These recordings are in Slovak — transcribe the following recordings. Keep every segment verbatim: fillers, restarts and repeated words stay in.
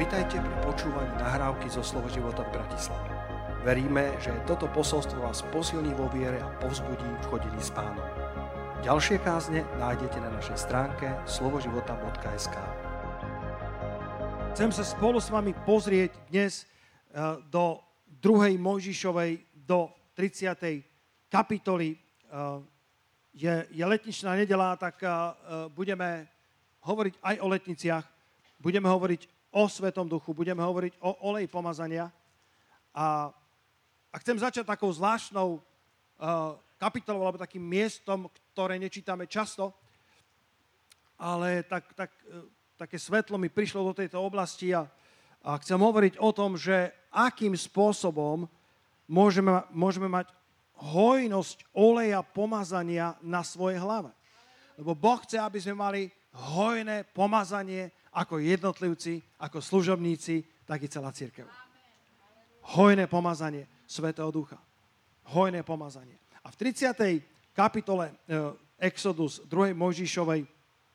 Vitajte pri počúvaní nahrávky zo Slovo života v Bratislave. Veríme, že toto posolstvo vás posilní vo viere a povzbudí v chodení s Pánom. Ďalšie kázne nájdete na našej stránke slovoživota bodka es ká. Chcem sa spolu s vami pozrieť dnes do druhej Mojžišovej, do tridsiatej kapitoly. Je, je letničná nedeľa, tak budeme hovoriť aj o letniciach, budeme hovoriť o Svetom Duchu, budeme hovoriť o oleji pomazania. A, a chcem začať takou zvláštnou uh, kapitolou, alebo takým miestom, ktoré nečítame často, ale tak, tak, uh, také svetlo mi prišlo do tejto oblasti a, a chcem hovoriť o tom, že akým spôsobom môžeme, môžeme mať hojnosť oleja pomazania na svojej hlave. Lebo Boh chce, aby sme mali hojné pomazanie ako jednotlivci, ako služobníci, tak i celá cirkev. Hojné pomazanie Svätého Ducha. Hojné pomazanie. A v tridsiatej kapitole Exodus druhej Mojžišovej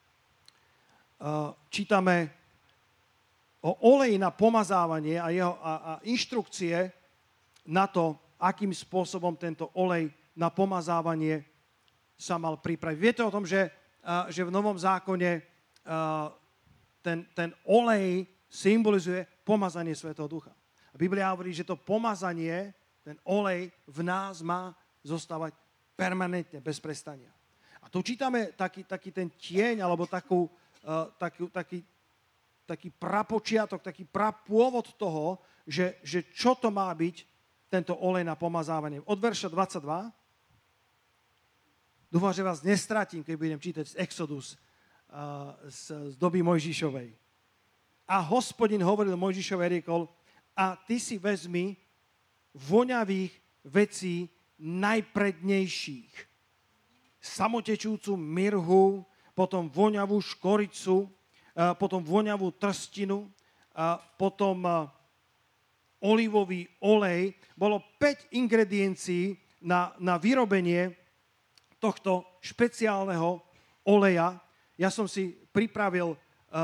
čítame o oleji na pomazávanie a, jeho, a, a inštrukcie na to, akým spôsobom tento olej na pomazávanie sa mal pripraviť. Viete o tom, že, že v Novom zákone Ten, ten olej symbolizuje pomazanie Svätého Ducha. A Biblia hovorí, že to pomazanie, ten olej v nás má zostávať permanentne, bez prestania. A tu čítame taký, taký ten tieň, alebo takú, uh, taký, taký, taký prapočiatok, taký prapôvod toho, že, že čo to má byť tento olej na pomazávanie. Od verša dvadsaťdva. Dúfam, že vás nestratím, keď budem čítať z Exodus, z doby Mojžišovej. A Hospodin hovoril Mojžišovi, riekol, a ty si vezmi voňavých vecí najprednejších. Samotečúcu mirhu, potom voňavú škoricu, potom voňavú trstinu, potom olivový olej. Bolo päť ingrediencií na, na vyrobenie tohto špeciálneho oleja. Ja som si pripravil uh,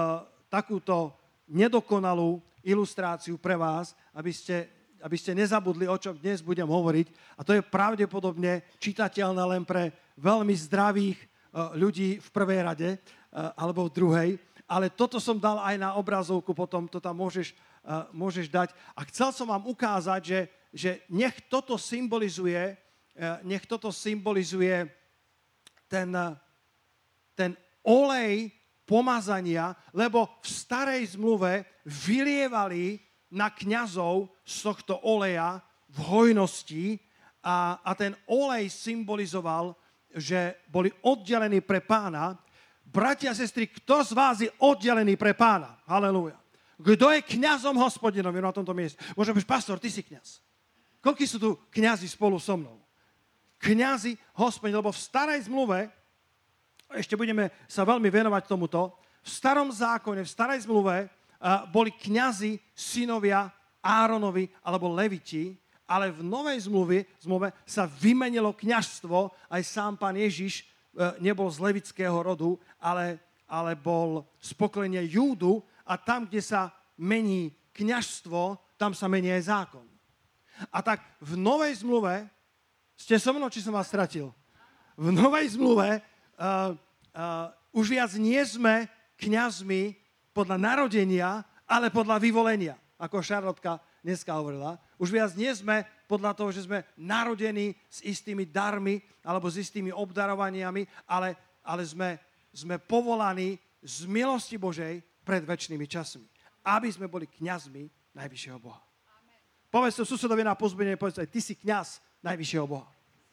takúto nedokonalú ilustráciu pre vás, aby ste, aby ste nezabudli, o čom dnes budem hovoriť. A to je pravdepodobne čitateľné len pre veľmi zdravých uh, ľudí v prvej rade uh, alebo v druhej. Ale toto som dal aj na obrazovku, potom to tam môžeš, uh, môžeš dať. A chcel som vám ukázať, že, že nech toto symbolizuje, uh, nech toto symbolizuje ten, uh, ten olej pomazania, lebo v starej zmluve vylievali na kňazov z tohto oleja v hojnosti a, a ten olej symbolizoval, že boli oddelení pre Pána. Bratia a sestry, kto z vás je oddelený pre Pána? Halelúja. Kto je kňazom Hospodinovým na tomto mieste? Možno byť, pastor, ty si kňaz. Koľko sú tu kňazi spolu so mnou? Kňazi Hospodin, lebo v starej zmluve ešte budeme sa veľmi venovať tomuto. V starom zákone, v starej zmluve uh, boli kňazi, synovia Áronovi alebo Leviti, ale v novej zmluve, zmluve sa vymenilo kňazstvo. Aj sám pán Ježiš uh, nebol z levického rodu, ale, ale bol z pokolenia Júdu a tam, kde sa mení kňazstvo, tam sa mení aj zákon. A tak v novej zmluve, ste so mnou, či som vás stratil? V novej zmluve Uh, uh, už viac nie sme kňazmi podľa narodenia, ale podľa vyvolenia, ako Šarlotka dneska hovorila. Už viac nie sme podľa toho, že sme narodení s istými darmi alebo s istými obdarovaniami, ale, ale sme, sme povolaní z milosti Božej pred večnými časmi, aby sme boli kňazmi najvyššieho Boha. Amen. Povedz to susedovi na pozbudenie, povedz aj, ty si kňaz najvyššieho Boha.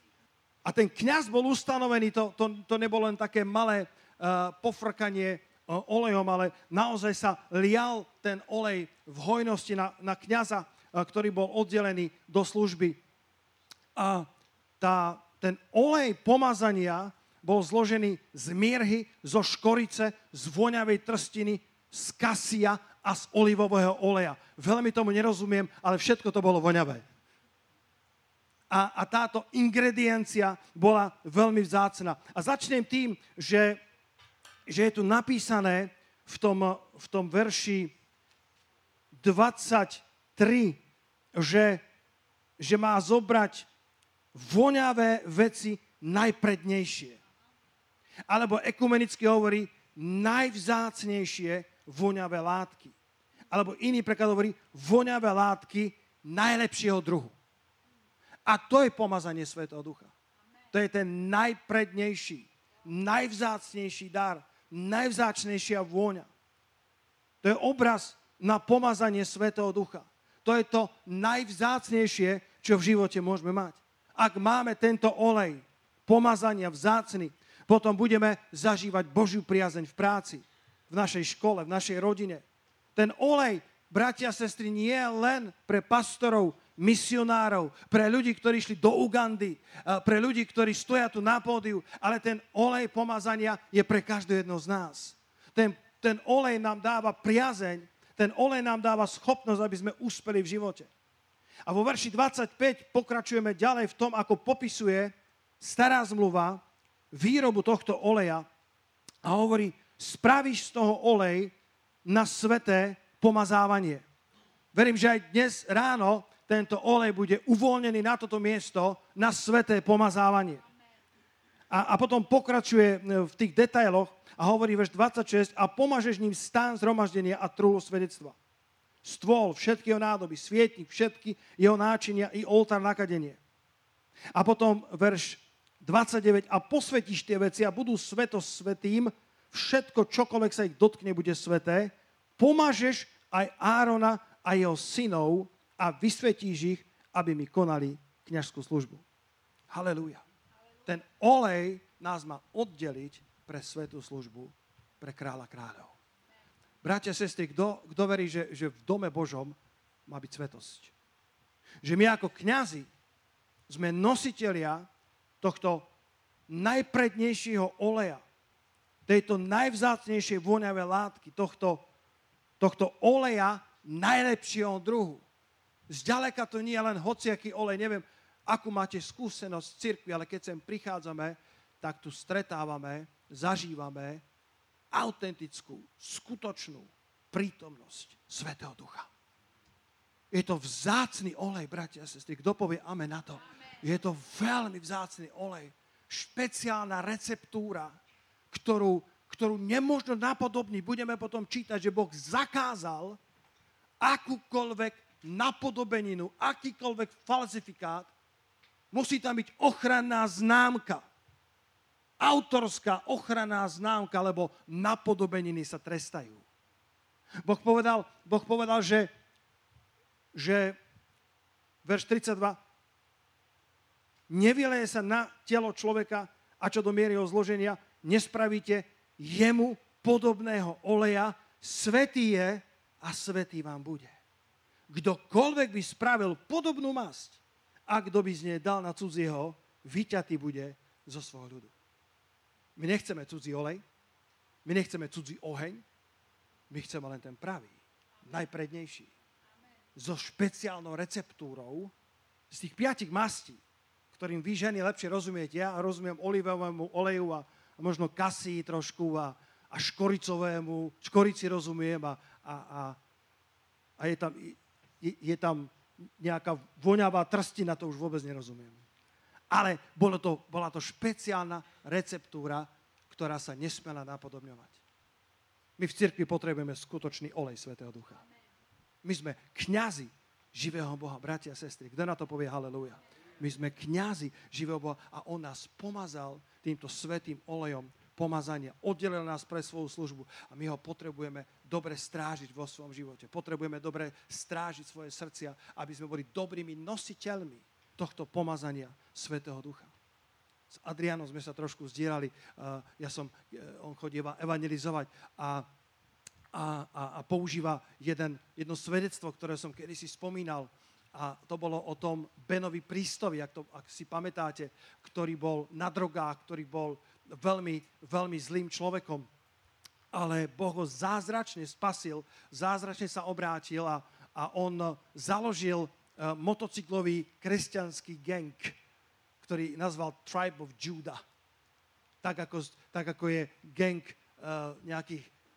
A ten kňaz bol ustanovený, to, to, to nebolo len také malé uh, pofrkanie uh, olejom, ale naozaj sa lial ten olej v hojnosti na, na kňaza, uh, ktorý bol oddelený do služby. A tá, ten olej pomazania bol zložený z mirhy, zo škorice, z voňavej trstiny, z kasia a z olivového oleja. Veľmi tomu nerozumiem, ale všetko to bolo voňavé. A, a táto ingrediencia bola veľmi vzácna. A začnem tým, že, že je tu napísané v tom, v tom verši dvadsaťtri, že, že má zobrať voňavé veci najprednejšie. Alebo ekumenicky hovorí najvzácnejšie voňavé látky. Alebo iný preklad hovorí voňavé látky najlepšieho druhu. A to je pomazanie Svätého Ducha. To je ten najprednejší, najvzácnejší dar, najvzácnejšia vôňa. To je obraz na pomazanie Svätého Ducha. To je to najvzácnejšie, čo v živote môžeme mať. Ak máme tento olej pomazania vzácny, potom budeme zažívať Božiu priazeň v práci, v našej škole, v našej rodine. Ten olej, bratia a sestry, nie je len pre pastorov, misionárov, pre ľudí, ktorí išli do Ugandy, pre ľudí, ktorí stoja tu na pódiu, ale ten olej pomazania je pre každého jedno z nás. Ten, ten olej nám dáva priazeň, ten olej nám dáva schopnosť, aby sme uspeli v živote. A vo verši dvadsaťpäť pokračujeme ďalej v tom, ako popisuje stará zmluva výrobu tohto oleja a hovorí, spravíš z toho olej na sväté pomazávanie. Verím, že aj dnes ráno tento olej bude uvoľnený na toto miesto na sväté pomazávanie. A, a potom pokračuje v tých detailoch a hovorí verš dvadsaťšesť a pomažeš ním stán zhromaždenia a trúlo svedectva. Stôl, všetky jeho nádoby, svietnik, všetky jeho náčinia i oltár na kadenie. A potom verš dvadsaťdeväť a posvetíš tie veci a budú sveto svätým, všetko, čokoľvek sa ich dotkne, bude sveté. Pomažeš aj Árona a jeho synov a vysvetíš ich, aby mi konali kňažskú službu. Halelúja. Ten olej nás má oddeliť pre svätú službu, pre kráľa kráľov. Bratia a sestry, kto, kto verí, že, že v dome Božom má byť svätosť? Že my ako kňazi sme nositelia tohto najprednejšieho oleja, tejto najvzácnejšej voňavé látky, tohto, tohto oleja najlepšieho druhu. Zďaleka to nie je len hociaký olej. Neviem, akú máte skúsenosť v cirkvi, ale keď sem prichádzame, tak tu stretávame, zažívame autentickú, skutočnú prítomnosť Svätého Ducha. Je to vzácny olej, bratia a sestry. Kto povie amen na to? Je to veľmi vzácny olej. Špeciálna receptúra, ktorú, ktorú nemožno napodobniť. Budeme potom čítať, že Boh zakázal akúkoľvek napodobeninu, akýkoľvek falzifikát, musí tam byť ochranná známka. Autorská ochranná známka, lebo napodobeniny sa trestajú. Boh povedal, boh povedal že, že verš tridsaťdva nevyleje sa na telo človeka a čo do miery jeho zloženia, nespravíte jemu podobného oleja, svätý je a svätý vám bude. Kdokoľvek by spravil podobnú masť a kto by z nej dal na cudzieho, vyťatý bude zo svojho ľudu. My nechceme cudzí olej, my nechceme cudzí oheň, my chceme len ten pravý, najprednejší. So špeciálnou receptúrou z tých piatich mastí, ktorým vy ženy lepšie rozumiete. Ja rozumiem olivovému oleju a, a možno kasii trošku a, a škoricovému, škorici rozumiem a, a, a, a je tam... Je, je tam nejaká voňavá trstina, to už vôbec nerozumiem. Ale bolo to, bola to špeciálna receptúra, ktorá sa nesmela napodobňovať. My v cirkvi potrebujeme skutočný olej Svätého Ducha. My sme kňazi živého Boha, bratia a sestry. Kto na to povie halelúja? My sme kňazi živého Boha a on nás pomazal týmto svätým olejom pomazania. Oddelil nás pre svoju službu a my ho potrebujeme dobre strážiť vo svojom živote. Potrebujeme dobre strážiť svoje srdcia, aby sme boli dobrými nositeľmi tohto pomazania Svätého Ducha. S Adrianom sme sa trošku zdierali. Ja som, on chodí evangelizovať a, a, a, a používa jeden, jedno svedectvo, ktoré som kedysi spomínal. A to bolo o tom Benovi Prístovi, ak, to, ak si pamätáte, ktorý bol na drogách, ktorý bol veľmi, veľmi zlým človekom. Ale Boh ho zázračne spasil, zázračne sa obrátil a, a on založil uh, motocyklový kresťanský gang, ktorý nazval Tribe of Judah. Tak ako, tak ako je gang uh, nejakých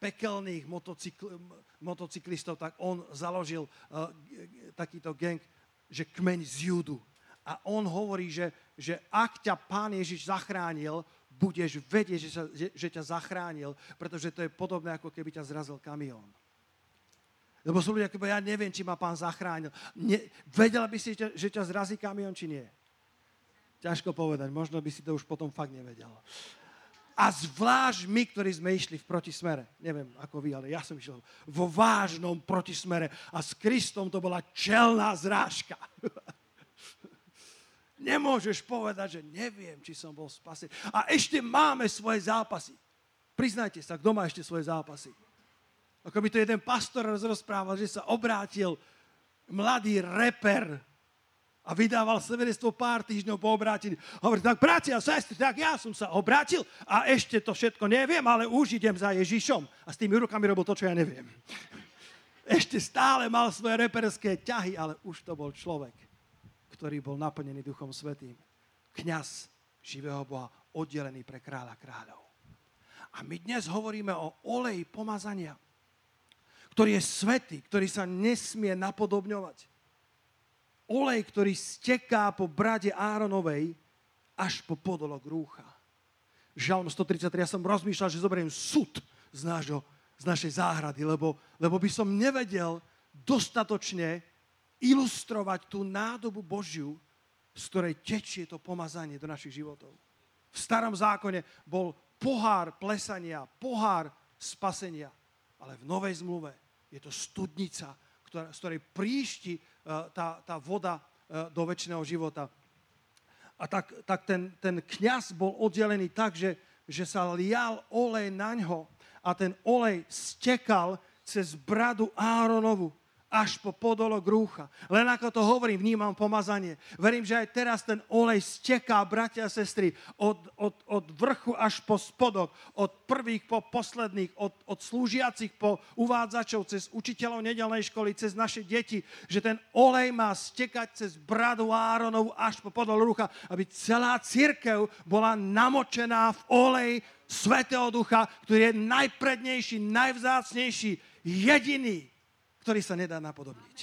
pekelných motocykl, motocyklistov, tak on založil uh, takýto gang, že kmeň z Júdu. A on hovorí, že, že ak ťa Pán Ježiš zachránil, budeš vedieť, že, sa, že, že ťa zachránil, pretože to je podobné, ako keby ťa zrazil kamión. Lebo sú ľudia, ktorí ja neviem, či ma Pán zachránil. Ne, vedela by si, že ťa zrazí kamión, či nie? Ťažko povedať, možno by si to už potom fakt nevedel. A zvlášť my, ktorí sme išli v protismere. Neviem, ako vy, ale ja som išiel vo vážnom protismere a s Kristom to bola čelná zrážka. Nemôžeš povedať, že neviem, či som bol spasený. A ešte máme svoje zápasy. Priznajte sa, kto má ešte svoje zápasy. Ako by to jeden pastor rozprával, že sa obrátil mladý reper a vydával svedectvo pár týždňov po obrátení. Hovorí, tak bratia a sestry, tak ja som sa obrátil a ešte to všetko neviem, ale už idem za Ježišom. A s tými rukami robil to, čo ja neviem. Ešte stále mal svoje reperské ťahy, ale už to bol človek, ktorý bol naplnený Duchom Svätým. Kňaz živého Boha, oddelený pre kráľa kráľov. A my dnes hovoríme o oleji pomazania, ktorý je svätý, ktorý sa nesmie napodobňovať. Olej, ktorý steká po brade Áronovej až po podolok rúcha. Žalm stotridsaťtri, ja som rozmýšľal, že zoberiem sud z, nášho, z našej záhrady, lebo, lebo by som nevedel dostatočne ilustrovať tú nádobu Božiu, z ktorej tečie to pomazanie do našich životov. V starom zákone bol pohár plesania, pohár spasenia, ale v novej zmluve je to studnica, ktorá, z ktorej príšti Tá, tá voda do večného života. A tak, tak ten, ten kňaz bol oddelený tak, že, že sa lial olej na ňo a ten olej stekal cez bradu Áronovu až po podolok rúcha. Len ako to hovorím, vnímam pomazanie. Verím, že aj teraz ten olej steká, bratia a sestry, od, od, od vrchu až po spodok, od prvých po posledných, od, od slúžiacich po uvádzačov, cez učiteľov nedelnej školy, cez naše deti, že ten olej má stekať cez bradu Áronovu až po podolok rúcha, aby celá cirkev bola namočená v oleji Svätého Ducha, ktorý je najprednejší, najvzácnejší, jediný, ktorý sa nedá napodobniť.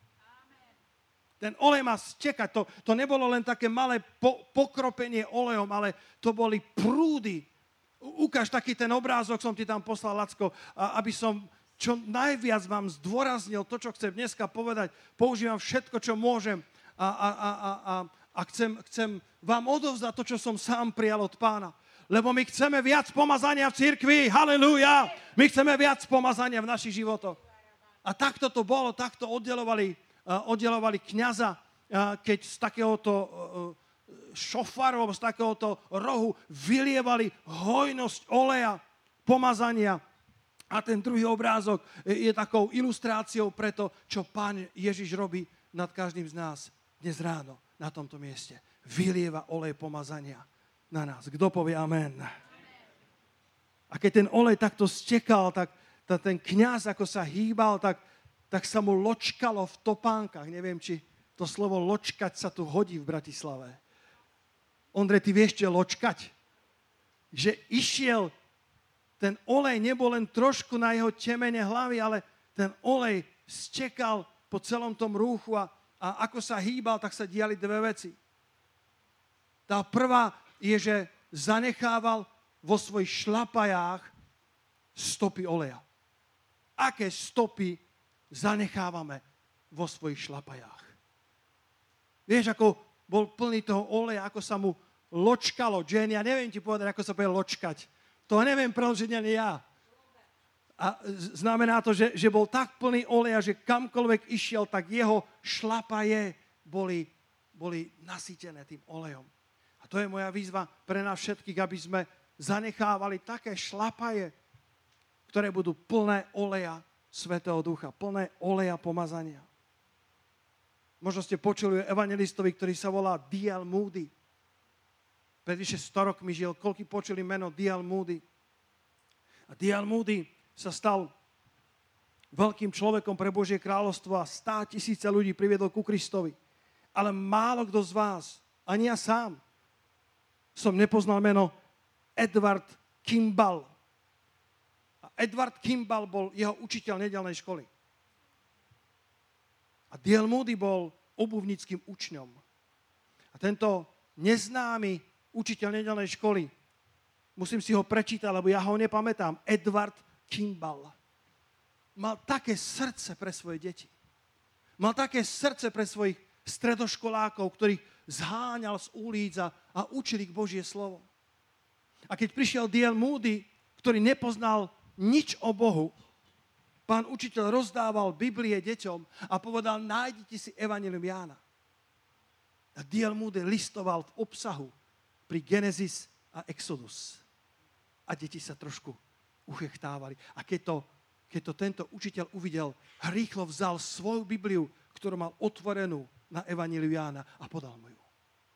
Ten olej má stekať. To, to nebolo len také malé po, pokropenie olejom, ale to boli prúdy. Ukáž taký ten obrázok, som ti tam poslal, Lacko, aby som čo najviac vám zdôraznil to, čo chcem dneska povedať. Používam všetko, čo môžem a, a, a, a, a chcem, chcem vám odovzdať to, čo som sám prijal od Pána. Lebo my chceme viac pomazania v cirkvi. Halelúja! My chceme viac pomazania v našich životoch. A takto to bolo, takto oddelovali, uh, oddelovali kňaza, uh, keď z takéhoto uh, šofaru, z takéhoto rohu vylievali hojnosť oleja, pomazania. A ten druhý obrázok je, je takou ilustráciou pre to, čo Pán Ježiš robí nad každým z nás dnes ráno na tomto mieste. Vylieva olej pomazania na nás. Kto povie amen? A keď ten olej takto stekal, tak ten kňaz, ako sa hýbal, tak, tak sa mu ločkalo v topánkach. Neviem, či to slovo ločkať sa tu hodí v Bratislave. Ondrej, ty vieš, čo ločkať? Že išiel, ten olej nebol len trošku na jeho temene hlavy, ale ten olej stekal po celom tom rúchu a, a ako sa hýbal, tak sa diali dve veci. Tá prvá je, že zanechával vo svojich šlapajách stopy oleja. Aké stopy zanechávame vo svojich šlapajách? Vieš, ako bol plný toho oleja, ako sa mu ločkalo. Jenny, ja neviem ti povedať, ako sa bude ločkať. To neviem preložiť ani ja. A znamená to, že, že bol tak plný oleja, že kamkoľvek išiel, tak jeho šlapaje boli, boli nasýtené tým olejom. A to je moja výzva pre nás všetkých, aby sme zanechávali také šlapaje, ktoré budú plné oleja Svätého Ducha, plné oleja pomazania. Možno ste počuli o evangelistovi, ktorý sa volá D L Moody. Pred vyše sto rokmi žil, koľko počuli meno D L Moody. A D L Moody sa stal veľkým človekom pre Božie kráľovstvo a stá tisíce ľudí priviedol ku Kristovi. Ale málo kto z vás, ani ja sám, som nepoznal meno Edward Kimball. Edward Kimball bol jeho učiteľ nedeľnej školy. A D L Moody bol obuvníckým učňom. A tento neznámy učiteľ nedeľnej školy, musím si ho prečítať, lebo ja ho nepamätám, Edward Kimball, mal také srdce pre svoje deti. Mal také srdce pre svojich stredoškolákov, ktorých zháňal z ulic a, a učil ich Božie slovo. A keď prišiel D L Moody, ktorý nepoznal nič o Bohu, pán učiteľ rozdával Biblie deťom a povedal, nájdite si Evangelium Jána. A D L Moody listoval v obsahu pri Genesis a Exodus. A deti sa trošku uchechtávali. A keď to, keď to tento učiteľ uvidel, rýchlo vzal svoju Bibliu, ktorú mal otvorenú na Evangeliu Jána a podal mu ju.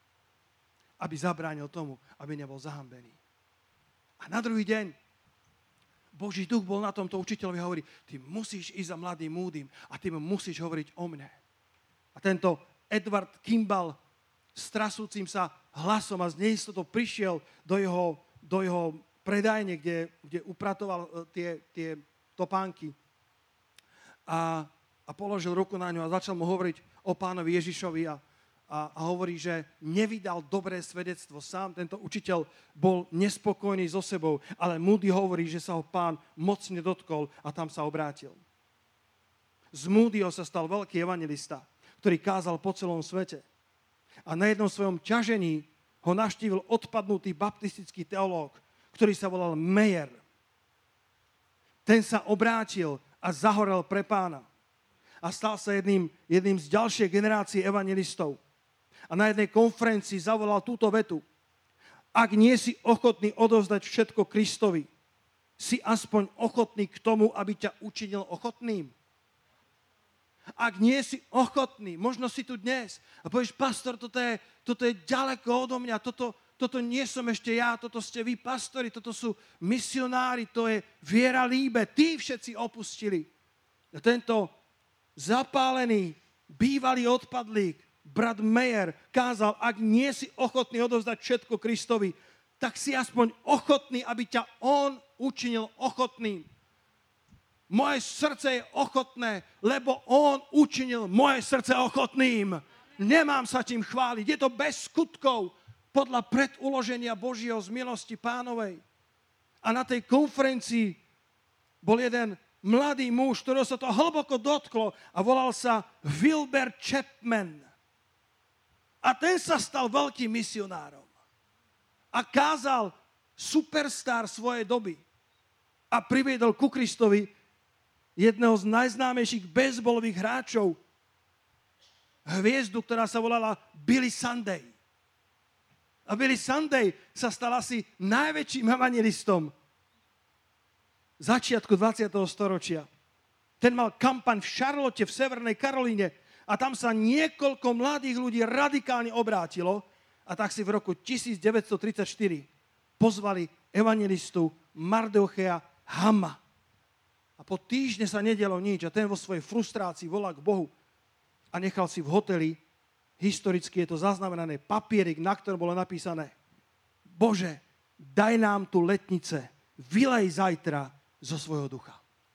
Aby zabránil tomu, aby nebol zahambený. A na druhý deň Boží duch bol na tomto učiteľovi a hovorí, ty musíš ísť za mladým Moodym a ty mu musíš hovoriť o mne. A tento Edward Kimball s trasúcim sa hlasom a z neistotou prišiel do jeho, do jeho predajne, kde, kde upratoval tie, tie topánky a, a položil ruku na ňu a začal mu hovoriť o pánovi Ježišovi a, a, a hovorí, že nevydal dobré svedectvo. Sám tento učiteľ bol nespokojný so sebou, ale Moody hovorí, že sa ho pán mocne dotkol a tam sa obrátil. Z Moodyho sa stal veľký evangelista, ktorý kázal po celom svete. A na jednom svojom ťažení ho navštívil odpadnutý baptistický teológ, ktorý sa volal Mayer. Ten sa obrátil a zahorel pre pána. A stal sa jedným, jedným z ďalšej generácie evangelistov. A na jednej konferencii zavolal túto vetu. Ak nie si ochotný odovzdať všetko Kristovi, si aspoň ochotný k tomu, aby ťa učinil ochotným. Ak nie si ochotný, možno si tu dnes a povieš, pastor, toto je, toto je ďaleko odo mňa, toto, toto nie som ešte ja, toto ste vy, pastori, toto sú misionári, to je viera líbe, tí všetci opustili. A tento zapálený, bývalý odpadlík, brat Mayer, kázal, ak nie si ochotný odovzdať všetko Kristovi, tak si aspoň ochotný, aby ťa on učinil ochotným. Moje srdce je ochotné, lebo on učinil moje srdce ochotným. Nemám sa tým chváliť. Je to bez skutkov podľa preduloženia Božieho z milosti Pánovej. A na tej konferencii bol jeden mladý muž, ktorého sa to hlboko dotklo a volal sa Wilbur Chapman. A ten sa stal veľkým misionárom. A kázal superstar svojej doby. A priviedol ku Kristovi jedného z najznámejších baseballových hráčov, hviezdu, ktorá sa volala Billy Sunday. A Billy Sunday sa stal asi najväčším evangelistom začiatku dvadsiateho storočia. Ten mal kampaň v Charlotte v Severnej Karolíne a tam sa niekoľko mladých ľudí radikálne obrátilo a tak si v roku devätnásťtridsaťštyri pozvali evangelistu Mardocheja Hama. A po týždne sa nedialo nič a ten vo svojej frustrácii volá k Bohu a nechal si v hoteli, historicky je to zaznamenané, papierik, na ktorom bolo napísané: Bože, daj nám tu letnice, vylej zajtra zo svojho ducha.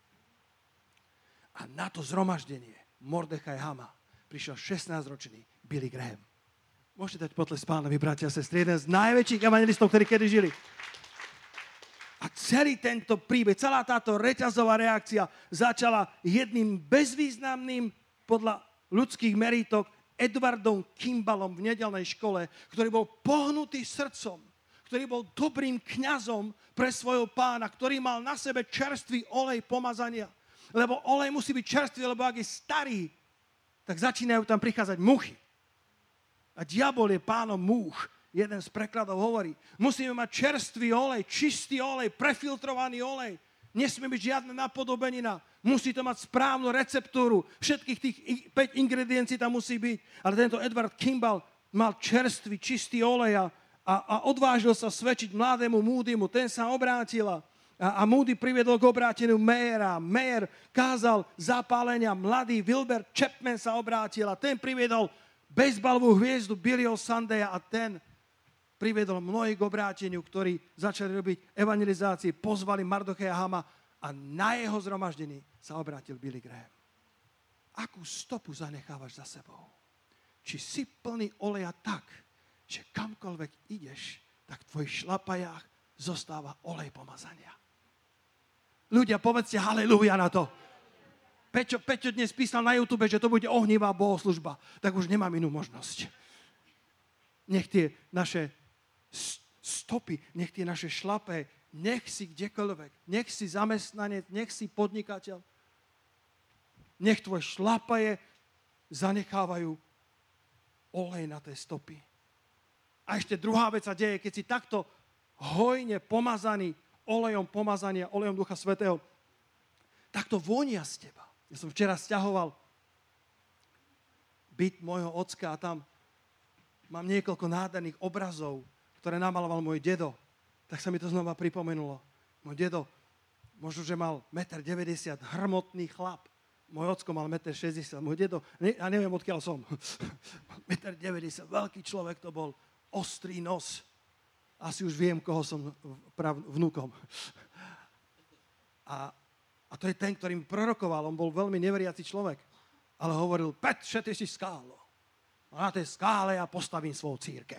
A na to zhromaždenie Mordechaj Hama prišiel šestnásťročný Billy Graham. Môžete dať potlesk pánovi, bratia a sestry, jeden z najväčších evangelistov, ktorí kedy žili. A celý tento príbeh, celá táto reťazová reakcia začala jedným bezvýznamným, podľa ľudských merítok, Edwardom Kimballom v nedeľnej škole, ktorý bol pohnutý srdcom, ktorý bol dobrým kňazom pre svojho pána, ktorý mal na sebe čerstvý olej pomazania. Lebo olej musí byť čerstvý, lebo ak je starý, tak začínajú tam prichádzať muchy. A diabol je pánom múch. Jeden z prekladov hovorí, musíme mať čerstvý olej, čistý olej, prefiltrovaný olej. Nesmie byť žiadna napodobenina. Musí to mať správnu receptúru. Všetkých tých päť ingrediencií tam musí byť. Ale tento Edward Kimball mal čerstvý, čistý olej a, a odvážil sa svedčiť mladému Moodymu. Ten sa obrátil a, a Moody priviedol k obráteniu Mayera. Mayer kázal zapálenia. Mladý Wilbur Chapman sa obrátil a ten priviedol bejsbalovú hviezdu Billyho Sundaya a ten priviedol mnohých k obráteniu, ktorí začali robiť evangelizácii, pozvali Mardocheja Hama a na jeho zhromaždení sa obrátil Billy Graham. Akú stopu zanechávaš za sebou? Či si plný oleja tak, že kamkoľvek ideš, tak v tvojich šlapajách zostáva olej pomazania. Ľudia, povedzte halelúja na to. Peťo, Peťo dnes písal na YouTube, že to bude ohnivá bohoslužba, tak už nemám inú možnosť. Nech tie naše stopy, nech tie naše šlapé, nech si kdekoľvek, nech si zamestnanec, nech si podnikateľ, nech tvoje šlapaje zanechávajú olej na tie stopy. A ešte druhá vec sa deje, keď si takto hojne pomazaný olejom pomazania, olejom Ducha Svätého, takto vonia z teba. Ja som včera sťahoval byt môjho ocka a tam mám niekoľko nádherných obrazov, ktoré namaloval môj dedo. Tak sa mi to znova pripomenulo. Môj dedo, možno, že mal jeden deväťdesiat metra, hrmotný chlap. Môj ocko mal jeden šesťdesiat metra. Môj dedo, ne, ja neviem, odkiaľ som. jeden deväťdesiat metra, veľký človek to bol, ostrý nos. Asi už viem, koho som prav, vnúkom. A A to je ten, ktorý mi prorokoval. On bol veľmi neveriaci človek. Ale hovoril, Petře, ty si skálo. A na tej skále ja postavím svoju církev.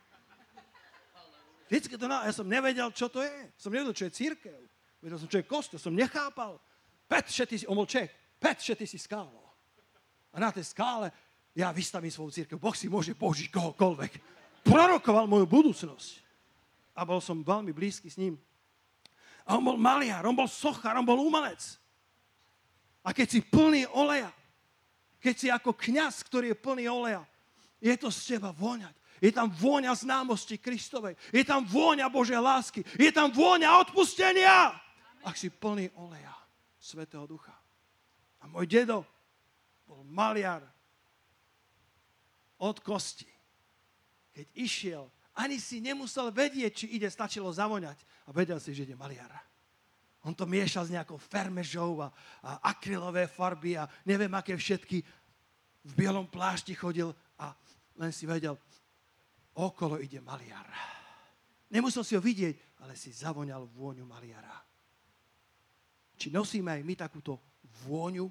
Vždycky to na... Ja som nevedel, čo to je. Som nevedel, čo je církev. Vedel som, čo je kostol. Som nechápal. Petře, ty si... On bol Čech. Petře, ty si skálo. A na tej skále ja vystavím svoju církev. Boh si môže použiť kohokoľvek. Prorokoval moju budúcnosť. A bol som veľmi blízky s ním. A on bol maliar, on bol sochár, on bol umelec. A keď si plný oleja, keď si ako kňaz, ktorý je plný oleja, je to z teba vôňať. Je tam vôňa známosti Kristovej. Je tam vôňa Božej lásky. Je tam vôňa odpustenia. Ak si plný oleja Svätého Ducha. A môj dedo bol maliar od kosti. Keď išiel, ani si nemusel vedieť, či ide, stačilo zavoňať. A vedel si, že ide maliar. On to miešal s nejakou fermežou a, a akrylové farby a neviem, aké všetky. V bielom plášti chodil a len si vedel, okolo ide maliar. Nemusel si ho vidieť, ale si zavoňal vôňu maliara. Či nosíme aj my takúto vôňu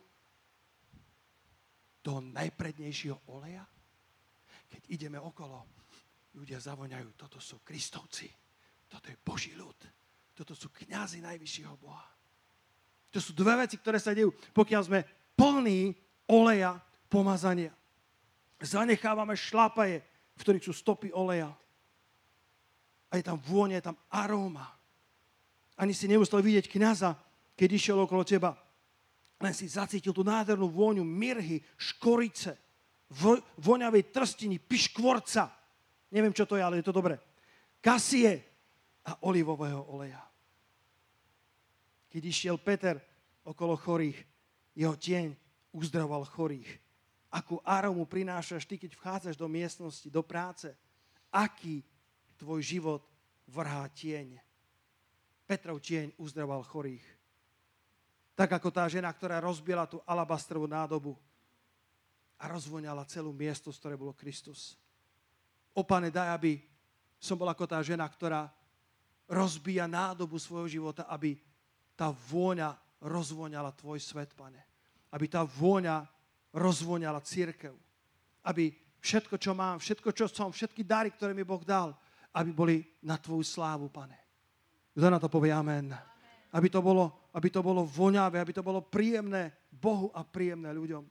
toho najprednejšieho oleja? Keď ideme okolo, ľudia zavoňajú, toto sú Kristovci. Toto je Boží ľud. Toto sú kňazi najvyššieho Boha. To sú dve veci, ktoré sa dejú, pokiaľ sme plní oleja pomazania. Zanechávame šlapaje, v ktorých sú stopy oleja. A je tam vôňa, je tam aróma. Ani si nemusel vidieť kňaza, keď išiel okolo teba. Len si zacítil tú nádhernú vôňu mirhy, škorice, voňavej trstiny, piškvorca. Neviem, čo to je, ale je to dobré. Kasie a olivového oleja. Keď išiel Peter okolo chorých, jeho tieň uzdravoval chorých. Akú arómu prinášaš ty, keď vchádzaš do miestnosti, do práce? Aký tvoj život vrhá tieň? Petrov tieň uzdravoval chorých. Tak ako tá žena, ktorá rozbila tú alabastrovú nádobu a rozvoňala celú miesto, z ktoré bolo Kristus. O Pane, daj, aby som bol ako tá žena, ktorá rozbíja nádobu svojho života, aby tá vôňa rozvoňala tvoj svet, Pane. Aby tá vôňa rozvoňala cirkev. Aby všetko, čo mám, všetko, čo som, všetky dary, ktoré mi Boh dal, aby boli na tvoju slávu, Pane. Kto na to povie amen? Aby to bolo, aby to bolo voňavé, aby to bolo príjemné Bohu a príjemné ľuďom.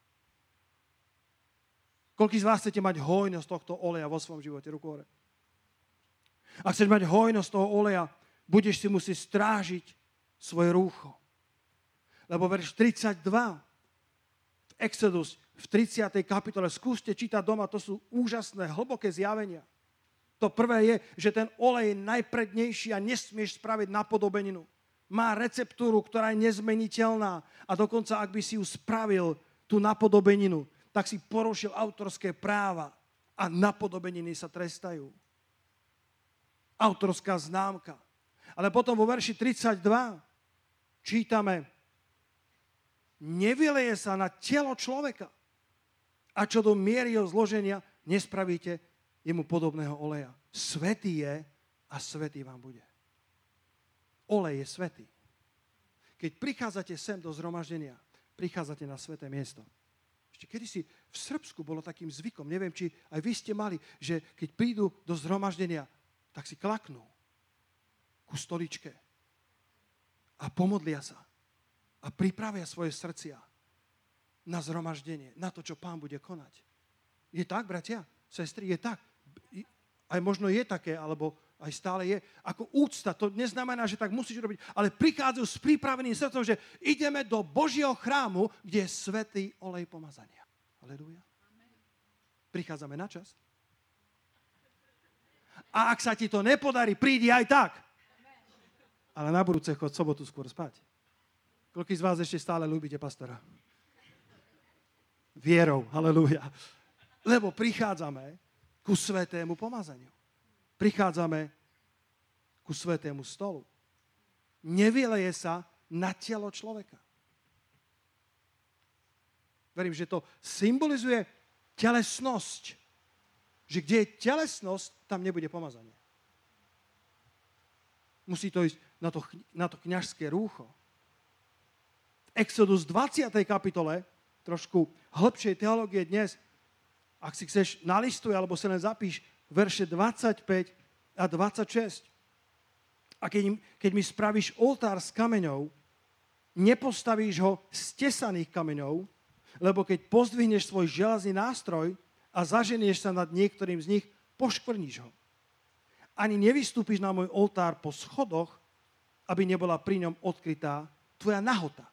Koľký z vás chcete mať hojnosť tohto oleja vo svojom živote? Ruku hore. Ak chceš mať hojnosť toho oleja, budeš si musieť strážiť svoje rúcho. Lebo verš tridsaťdva v Exodus, v tridsiatej kapitole, skúste čítať doma, to sú úžasné, hlboké zjavenia. To prvé je, že ten olej je najprednejší a nesmieš spraviť napodobeninu. Má receptúru, ktorá je nezmeniteľná a dokonca, ak by si ju spravil, tú napodobeninu, tak si porušil autorské práva a napodobeniny sa trestajú. Autorská známka. Ale potom vo verši tridsaťdva čítame, nevyleje sa na telo človeka a čo do miery jeho zloženia nespravíte jemu podobného oleja. Svätý je a svätý vám bude. Olej je svätý. keď prichádzate sem do zhromaždenia, prichádzate na sväté miesto. Ešte kedysi v Srbsku bolo takým zvykom, neviem, či aj vy ste mali, že keď prídu do zhromaždenia, tak si klaknú ku stoličke a pomodlia sa a pripravia svoje srdcia na zhromaždenie, na to, čo Pán bude konať. Je tak, bratia, sestry, je tak. Aj možno je také, alebo aj stále je. Ako úcta, to neznamená, že tak musíš robiť, ale prichádzajú s pripraveným srdcom, že ideme do Božieho chrámu, kde je svätý olej pomazania. Halelúja. Prichádzame na čas. A ak sa ti to nepodarí, prídi aj tak. Ale na budúce chod sobotu skôr spať. Koľký z vás ešte stále ľúbite pastora? Vierou, halelúja. Lebo prichádzame ku svätému pomazaniu. Prichádzame ku svätému stolu. Nevyleje sa na telo človeka. Verím, že to symbolizuje telesnosť. Že kde je telesnosť, tam nebude pomazanie. Musí to ísť na to, na to kňažské rúcho. V Exodus dvadsiatej kapitole, trošku hlbšej teológie dnes, ak si chceš, nalistuj, alebo si len zapíš verše dvadsaťpäť a dvadsaťšesť. A keď, keď mi spravíš oltár z kameňov, nepostavíš ho z tesaných kameňov, lebo keď pozdvihneš svoj železný nástroj a zaženieš sa nad niektorým z nich, poškvrníš ho. Ani nevystúpiš na môj oltár po schodoch, aby nebola pri ňom odkrytá tvoja nahota.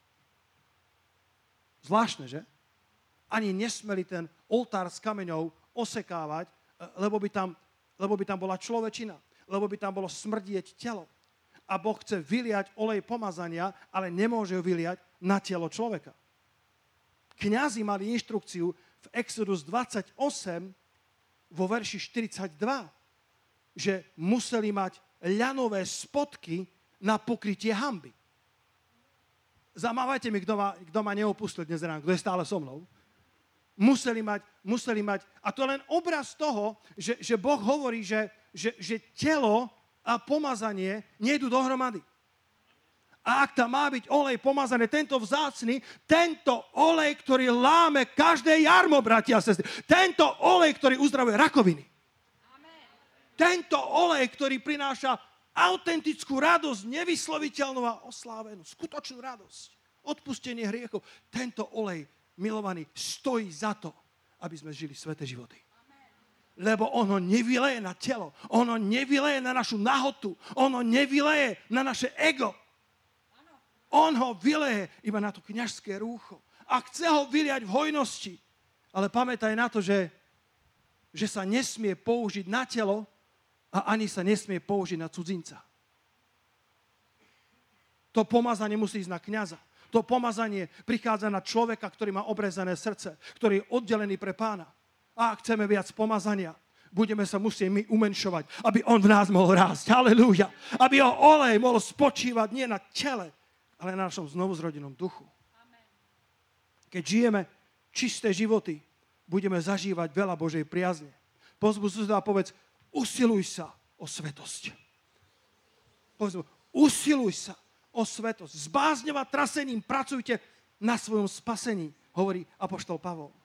Zvláštne, že? Ani nesmeli ten oltár s kameňou osekávať, lebo by tam, lebo by tam bola človečina, lebo by tam bolo smrdieť telo. A Boh chce vyliať olej pomazania, ale nemôže ho vyliať na telo človeka. Kňazi mali inštrukciu v Exodus dvadsaťosem vo verši štyridsaťdva, že museli mať ľanové spodky na pokrytie hanby. Zamávajte mi, kto ma, kto ma neopustil dnes ráno, kto je stále so mnou. Museli mať, museli mať, a to je len obraz toho, že, že Boh hovorí, že, že, že telo a pomazanie nejdú dohromady. A ak tam má byť olej pomazaný, tento vzácny, tento olej, ktorý láme každé jarmo, bratia a sestry, tento olej, ktorý uzdravuje rakoviny. Amen. Tento olej, ktorý prináša autentickú radosť, nevysloviteľnú a oslávenú, skutočnú radosť, odpustenie hriechov. Tento olej, milovaný, stojí za to, aby sme žili sväté životy. Lebo ono nevyleje na telo, ono nevyleje na našu nahotu, ono nevyleje na naše ego. On ho vyleje iba na to kňažské rúcho. A chce ho vyliať v hojnosti. Ale pamätaj na to, že, že sa nesmie použiť na telo a ani sa nesmie použiť na cudzinca. To pomazanie musí ísť na kňaza. To pomazanie prichádza na človeka, ktorý má obrezané srdce, ktorý je oddelený pre Pána. A ak chceme viac pomazania, budeme sa musieť my umenšovať, aby on v nás mohol rásť. Halelúja. Aby ho olej mohol spočívať nie na tele, ale na našom znovuzrodenom duchu. Amen. Keď žijeme čisté životy, budeme zažívať veľa Božej priazne. Pozbudzuj sa a povedz, usiluj sa o svetosť. Povedz mu, usiluj sa o svetosť. S bázňou a trasením pracujte na svojom spasení, hovorí apoštol Pavol.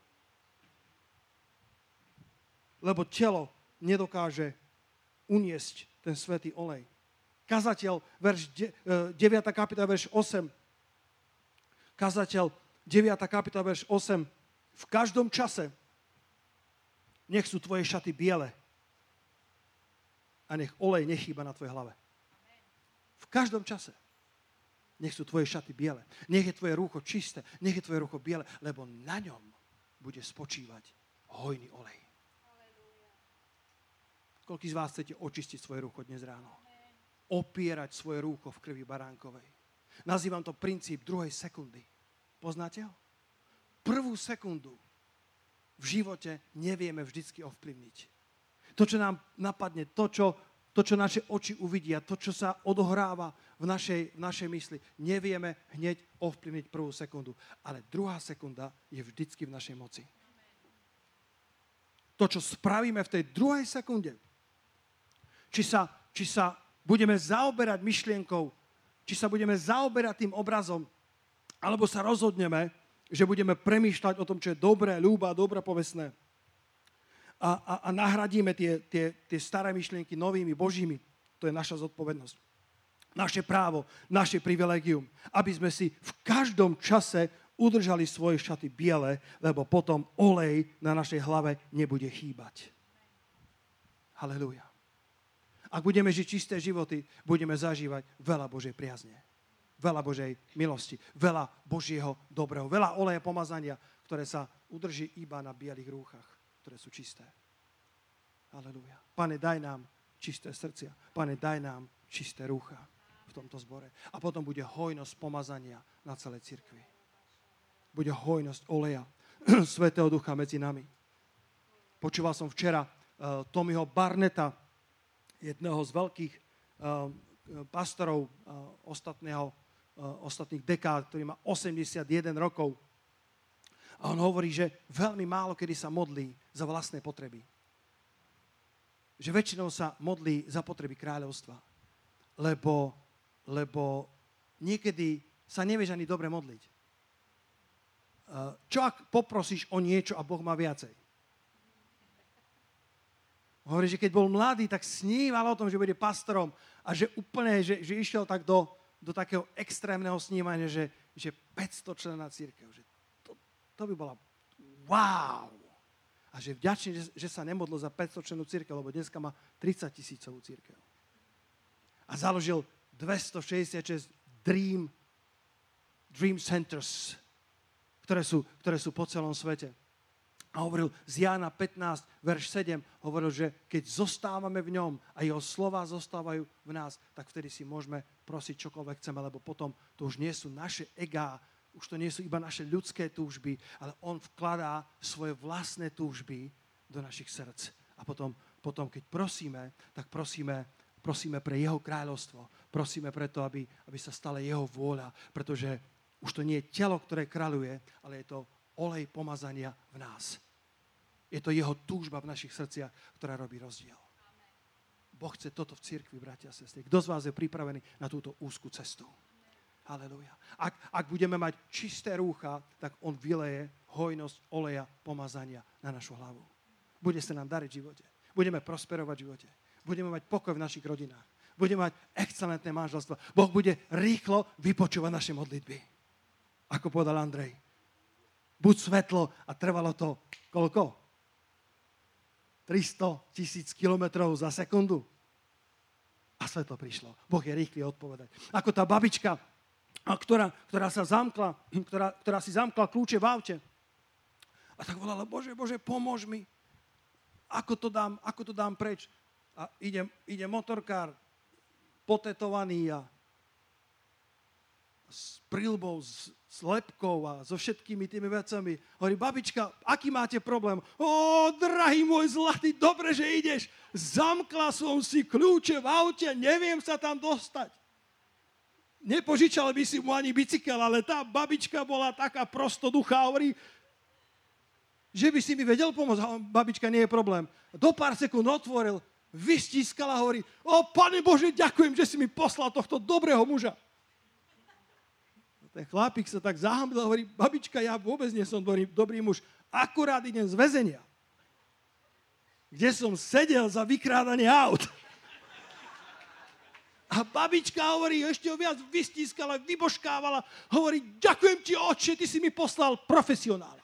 Lebo telo nedokáže uniesť ten svätý olej. Kazateľ, verš deviata kapitola, verš osem. Kazateľ, deviata kapitola, verš osem. V každom čase nech sú tvoje šaty biele a nech olej nechýba na tvojej hlave. V každom čase nech sú tvoje šaty biele. Nech je tvoje rúcho čisté, nech je tvoje rúcho biele, lebo na ňom bude spočívať hojný olej. Koľký z vás chcete očistiť svoje rúcho dnes ráno? Opierať svoje rúcho v krvi baránkovej. Nazývam to princíp druhej sekundy. Poznáte ho? Prvú sekundu v živote nevieme vždycky ovplyvniť. To, čo nám napadne, to, čo, to, čo naše oči uvidia, to, čo sa odohráva v našej, v našej mysli, nevieme hneď ovplyvniť prvú sekundu. Ale druhá sekunda je vždycky v našej moci. To, čo spravíme v tej druhej sekunde, či sa, či sa budeme zaoberať myšlienkou, či sa budeme zaoberať tým obrazom, alebo sa rozhodneme, že budeme premýšľať o tom, čo je dobré, ľúba, dobré povestné. A, a, a nahradíme tie, tie, tie staré myšlienky novými, božími. To je naša zodpovednosť. Naše právo, naše privilegium. Aby sme si v každom čase udržali svoje šaty biele, lebo potom olej na našej hlave nebude chýbať. Halelúja. Ak budeme žiť čisté životy, budeme zažívať veľa Božej priazne. Veľa Božej milosti. Veľa Božieho dobrého. Veľa oleja pomazania, ktoré sa udrží iba na bielých rúchach, ktoré sú čisté. Halelúja. Pane, daj nám čisté srdcia. Pane, daj nám čisté rúcha v tomto zbore. A potom bude hojnosť pomazania na celej cirkvi. Bude hojnosť oleja Svätého Ducha medzi nami. Počúval som včera uh, Tommyho Barnetta, jedného z veľkých uh, pastorov uh, ostatného, uh, ostatných dekád, ktorý má osemdesiatjeden rokov. A on hovorí, že veľmi málo kedy sa modlí za vlastné potreby. Že väčšinou sa modlí za potreby kráľovstva. Lebo, lebo niekedy sa nevieš ani dobre modliť. Čo ak poprosíš o niečo a Boh má viacej? Hovorí, že keď bol mladý, tak sníval o tom, že bude pastorom a že úplne, že, že išiel tak do, do takého extrémneho snívania, že, že päťsto členná cirkev. Že to, to by bola wow! A že vďačný, že, že sa nemodlil za päťsto člennú cirkev, lebo dneska má tridsať tisícovú cirkev. A založil dvestošesťdesiatšesť Dream, Dream Centers, ktoré sú, ktoré sú po celom svete. A hovoril z Jána pätnásť, verš sedem, hovoril, že keď zostávame v ňom a jeho slová zostávajú v nás, tak vtedy si môžeme prosiť čokoľvek chceme, lebo potom to už nie sú naše egá, už to nie sú iba naše ľudské túžby, ale on vkladá svoje vlastné túžby do našich srdc. A potom, potom keď prosíme, tak prosíme, prosíme pre jeho kráľovstvo. Prosíme preto, aby, aby sa stala jeho vôľa, pretože už to nie je telo, ktoré kráľuje, ale je to olej pomazania v nás. Je to jeho túžba v našich srdciach, ktorá robí rozdiel. Boh chce toto v cirkvi, bratia a sestry. Kto z vás je pripravený na túto úzkú cestu? Halelúja. Ak, ak budeme mať čisté rúcha, tak on vyleje hojnosť oleja pomazania na našu hlavu. Bude sa nám dariť v živote. Budeme prosperovať v živote. Budeme mať pokoj v našich rodinách. Budeme mať excelentné manželstvo. Boh bude rýchlo vypočúvať naše modlitby. Ako povedal Andrej. Buď svetlo a trvalo to koľko? tristo tisíc kilometrov za sekundu. A svetlo prišlo. Boh je rýchly odpovedať. Ako tá babička, ktorá, ktorá sa zamkla, ktorá, ktorá si zamkla kľúče v aute. A tak volala, Bože, Bože, pomôž mi. Ako to dám, ako to dám preč? A ide, ide motorkár, potetovaný a s príľbou, s, s lepkou a so všetkými tými vecami. Hovorí, babička, aký máte problém? Ó, drahý môj zlatý, dobre, že ideš. Zamkla som si kľúče v aute, neviem sa tam dostať. Nepožičal by si mu ani bicykel, ale tá babička bola taká prostoduchá, hovorí, že by si mi vedel pomôcť. Babička, nie je problém. Do pár sekúnd otvoril, vystískal a hovorí, o, Pane Bože, ďakujem, že si mi poslal tohto dobrého muža. Ten chlapík sa tak zahambil a hovorí, babička, ja vôbec nie som dobrý, dobrý muž, akurát idem z väzenia, kde som sedel za vykrádanie aut. A babička hovorí, ešte ho viac vystískala, vybožkávala, hovorí, ďakujem ti, otče, ty si mi poslal profesionála.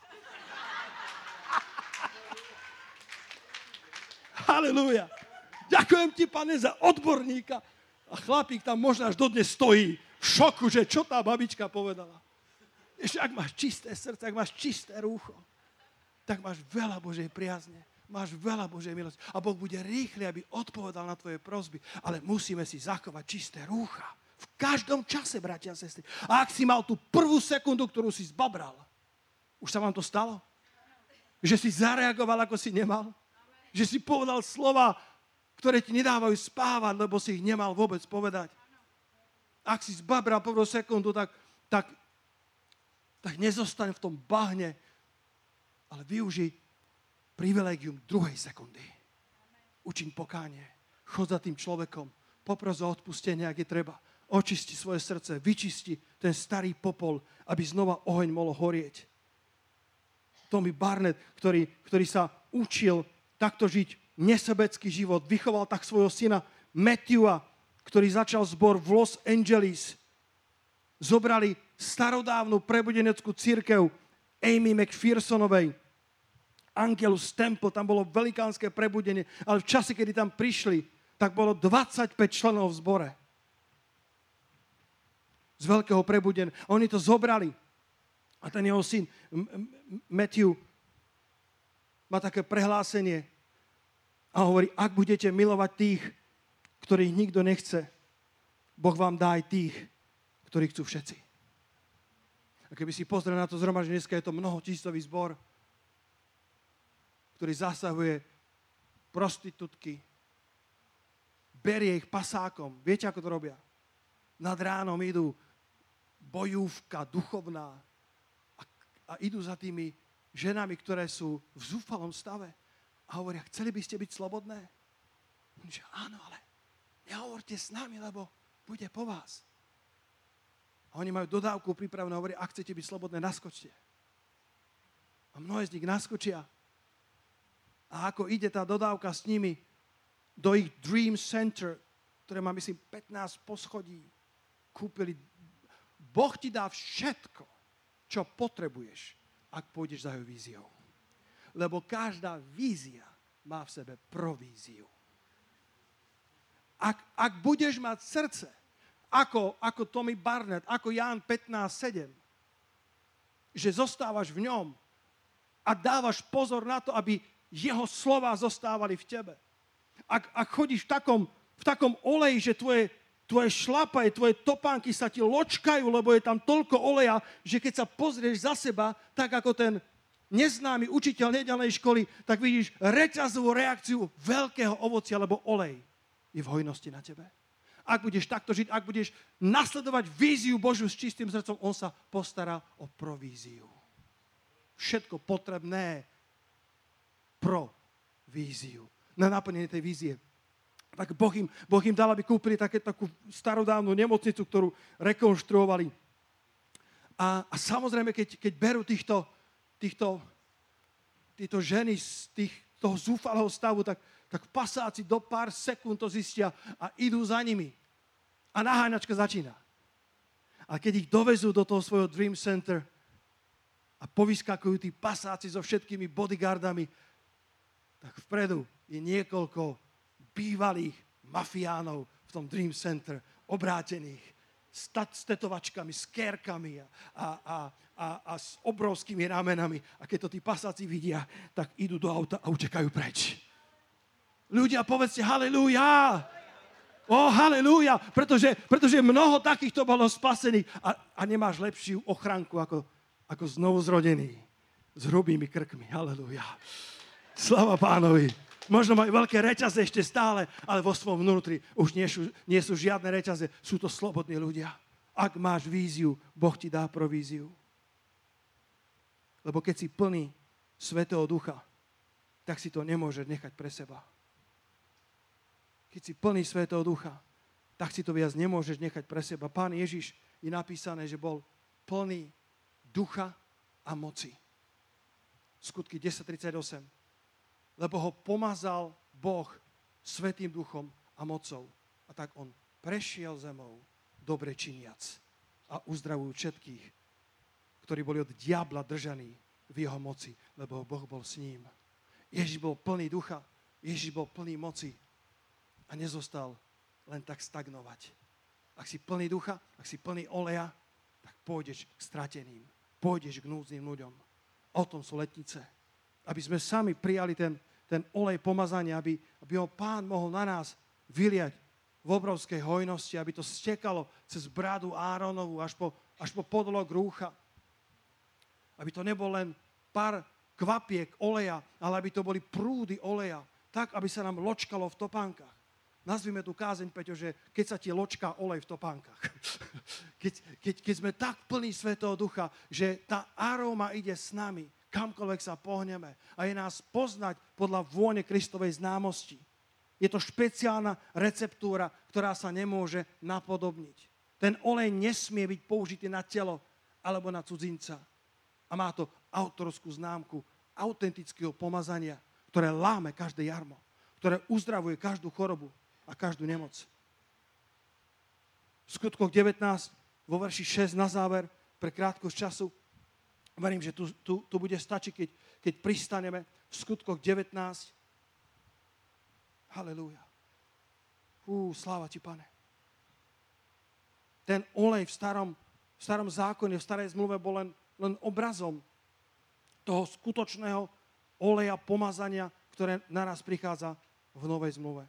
Halelúja. Ďakujem ti, Pane, za odborníka. A chlapík tam možno až dodnes stojí v šoku, že čo tá babička povedala. Ešte ak máš čisté srdce, ak máš čisté rúcho, tak máš veľa Božej priazne. Máš veľa Božej milosti. A Boh bude rýchly, aby odpovedal na tvoje prosby. Ale musíme si zachovať čisté rúcha. V každom čase, bratia a sestry. A ak si mal tú prvú sekundu, ktorú si zbabral, už sa vám to stalo? Že si zareagoval, ako si nemal? Že si povedal slova, ktoré ti nedávajú spávať, lebo si ich nemal vôbec povedať? Ak si zbabral prvú sekundu, tak, tak, tak nezostaň v tom bahne, ale využij privilegium druhej sekundy. Učiň pokánie. Chod za tým človekom. Popros o odpustenie, ak je treba. očisti svoje srdce, vyčisti ten starý popol, aby znova oheň mohol horieť. Tommy Barnett, ktorý, ktorý sa učil takto žiť nesebecký život, vychoval tak svojho syna Matthewa, ktorý začal zbor v Los Angeles. Zobrali starodávnu prebudeneckú cirkev Amy McPhersonovej, Angelus Temple, tam bolo velikánske prebudenie, ale v čase, kedy tam prišli, tak bolo dvadsaťpäť členov v zbore. Z veľkého prebudenia. A oni to zobrali. A ten jeho syn, Matthew, má také prehlásenie a hovorí, ak budete milovať tých, ktorých nikto nechce, Boh vám dá aj tých, ktorých chcú všetci. A keby si pozrel na to zhromaždenie, dneska je to mnohotisícový zbor, ktorý zasahuje prostitútky, berie ich pasákom. Viete, ako to robia? Nad ránom idú bojúvka duchovná a, a idú za tými ženami, ktoré sú v zúfalom stave a hovoria, chceli by ste byť slobodné? Oni že áno, ale nehovorte s nami, lebo bude po vás. A oni majú dodávku pripravenú a hovoria, ak chcete byť slobodné, naskočte. A mnohé z nich naskočia. A ako ide tá dodávka s nimi do ich Dream Center, ktoré má, myslím, pätnásť poschodí, kúpili. Boh ti dá všetko, čo potrebuješ, ak pôjdeš za jeho víziou. Lebo každá vízia má v sebe províziu. Ak, ak budeš mať srdce, ako, ako Tommy Barnett, ako Ján pätnásť sedem, že zostávaš v ňom a dávaš pozor na to, aby jeho slova zostávali v tebe. Ak, ak chodíš v takom, v takom oleji, že tvoje, tvoje šlapaje, tvoje topánky sa ti ločkajú, lebo je tam toľko oleja, že keď sa pozrieš za seba, tak ako ten neznámy učiteľ nedeľnej školy, tak vidíš reťazovú reakciu veľkého ovocia, lebo olej je v hojnosti na tebe. Ak budeš takto žiť, ak budeš nasledovať víziu Božiu s čistým srdcom, on sa postará o províziu. Všetko potrebné pro víziu. Na naplnenie tej vízie. Tak Boh im, boh im dal, aby kúpili také, takú starodávnu nemocnicu, ktorú rekonštruovali. A, a samozrejme, keď, keď berú týchto, týchto, týchto ženy z tých, toho zúfalého stavu, tak, tak pasáci do pár sekúnd to zistia a idú za nimi. A naháňačka začína. A keď ich dovezú do toho svojho Dream Center a povyskakujú tí pasáci so všetkými bodyguardami, tak vpredu je niekoľko bývalých mafiánov v tom Dream Center, obrátených, s, s tetovačkami, s kérkami a, a, a, a, a s obrovskými ramenami. A keď to tí pasáci vidia, tak idú do auta a utekajú preč. Ľudia, povedzte halelúja! Ó, halelúja! Pretože, pretože mnoho takýchto bolo spasených a, a nemáš lepšiu ochranku ako, ako znovuzrodený s hrubými krkmi. Halelúja! Sláva Pánovi. Možno majú veľké reťaze ešte stále, ale vo svojom vnútri už nie sú, nie sú žiadne reťaze. Sú to slobodní ľudia. Ak máš víziu, Boh ti dá províziu. Lebo keď si plný Svätého Ducha, tak si to nemôžeš nechať pre seba. Keď si plný Svätého Ducha, tak si to viac nemôžeš nechať pre seba. Pán Ježiš je napísané, že bol plný ducha a moci. Skutky desať tridsaťosem. Lebo ho pomazal Boh Svätým Duchom a mocou. A tak on prešiel zemou dobre činiac a uzdravujú všetkých, ktorí boli od diabla držaní v jeho moci, lebo Boh bol s ním. Ježiš bol plný ducha, Ježiš bol plný moci a nezostal len tak stagnovať. Ak si plný ducha, ak si plný oleja, tak pôjdeš k strateným, pôjdeš k núdznym ľuďom. O tom sú letnice. Aby sme sami prijali ten, ten olej pomazania, aby, aby ho Pán mohol na nás vyliať v obrovskej hojnosti, aby to stekalo cez bradu Áronovu až po, až po podlok rúcha. Aby to nebol len pár kvapiek oleja, ale aby to boli prúdy oleja, tak, aby sa nám ločkalo v topánkach. Nazvime tu kázeň, Peťo, že keď sa ti ločká olej v topánkach. keď, keď, keď sme tak plní Svätého Ducha, že tá aróma ide s nami, kamkoľvek sa pohneme a je nás poznať podľa vône Kristovej známosti. Je to špeciálna receptúra, ktorá sa nemôže napodobniť. Ten olej nesmie byť použitý na telo alebo na cudzinca. A má to autorskú známku autentického pomazania, ktoré láme každé jarmo, ktoré uzdravuje každú chorobu a každú nemoc. V skutkoch devätnásť, vo verši šesť na záver, pre krátkosť času, verím, že tu, tu, tu bude stačiť, keď, keď pristaneme v skutkoch devätnásť. Halelúja. Ú, sláva ti, Pane. Ten olej v starom, v starom zákone, v starej zmluve bol len, len obrazom toho skutočného oleja pomazania, ktoré na nás prichádza v novej zmluve.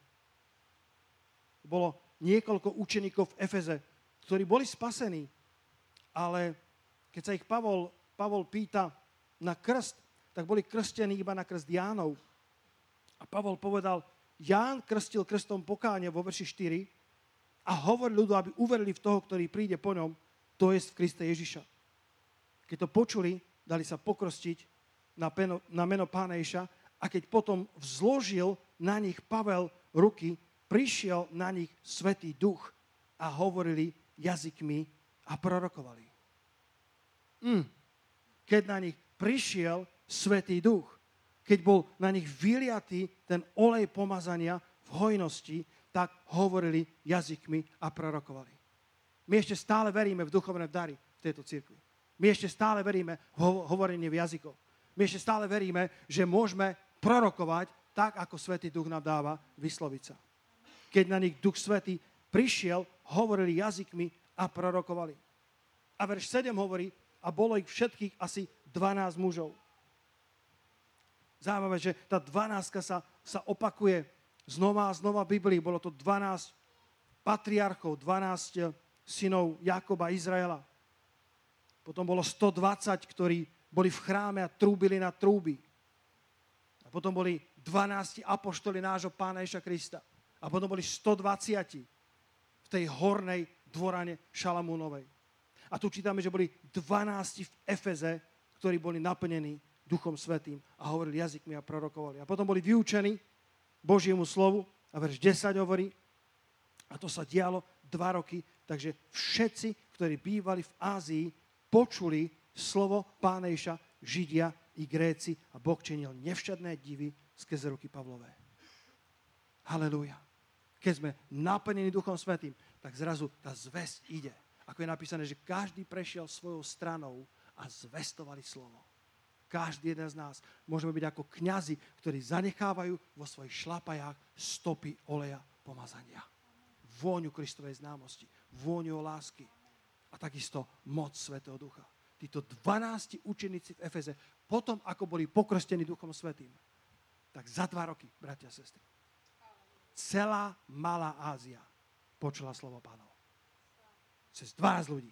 Bolo niekoľko učeníkov v Efeze, ktorí boli spasení, ale keď sa ich Pavol, Pavol pýta na krst, tak boli krstení iba na krst Jánov. A Pavol povedal, Ján krstil krstom pokánia vo verši štyri a hovoril ľudu, aby uverili v toho, ktorý príde po ňom, to je v Kriste Ježiša. Keď to počuli, dali sa pokrstiť na, peno, na meno Pána Ježiša a keď potom vzložil na nich Pavel ruky, prišiel na nich Svätý Duch a hovorili jazykmi a prorokovali. Mm. Keď na nich prišiel Svätý Duch, keď bol na nich vyliatý ten olej pomazania v hojnosti, tak hovorili jazykmi a prorokovali. My ešte stále veríme v duchovné dary v tejto cirkvi. My ešte stále veríme v hovorenie v jazykoch. My ešte stále veríme, že môžeme prorokovať tak, ako Svätý Duch nám dáva vysloviť sa. Keď na nich Duch Svätý prišiel, hovorili jazykmi a prorokovali. A verš sedem hovorí, a bolo ich všetkých asi dvanásť mužov. Zaujímavé, že tá dvanástka sa, sa opakuje znova a znova v Biblii. Bolo to dvanásť patriarchov, dvanásť synov Jakoba, Izraela. Potom bolo stodvadsať, ktorí boli v chráme a trúbili na trúby. A potom boli dvanásť apoštoli nášho Pána Ježiša Krista. A potom boli stodvadsať v tej hornej dvorane Šalamúnovej. A tu čítame, že boli dvanásť v Efeze, ktorí boli naplnení Duchom Svätým a hovorili jazykmi a prorokovali. A potom boli vyučení Božiemu slovu a verš desať hovorí, a to sa dialo dva roky, takže všetci, ktorí bývali v Ázii, počuli slovo Pána Ježiša, Židia i Gréci a Boh činil nevšetné divy skrze ruky Pavlové. Halelúja. Keď sme naplnení Duchom Svätým, tak zrazu tá zvesť ide. Ako je napísané, že každý prešiel svojou stranou a zvestovali slovo. Každý jeden z nás môžeme byť ako kňazi, ktorí zanechávajú vo svojich šlapajách stopy oleja pomazania. Vôňu Kristovej známosti, vôňu lásky a takisto moc Svätého Ducha. Títo dvanásti učeníci v Efeze, potom ako boli pokrstení Duchom Svätým, tak za dva roky, bratia a sestry, celá Malá Ázia počula slovo Pánovo. Cez dvanásť ľudí.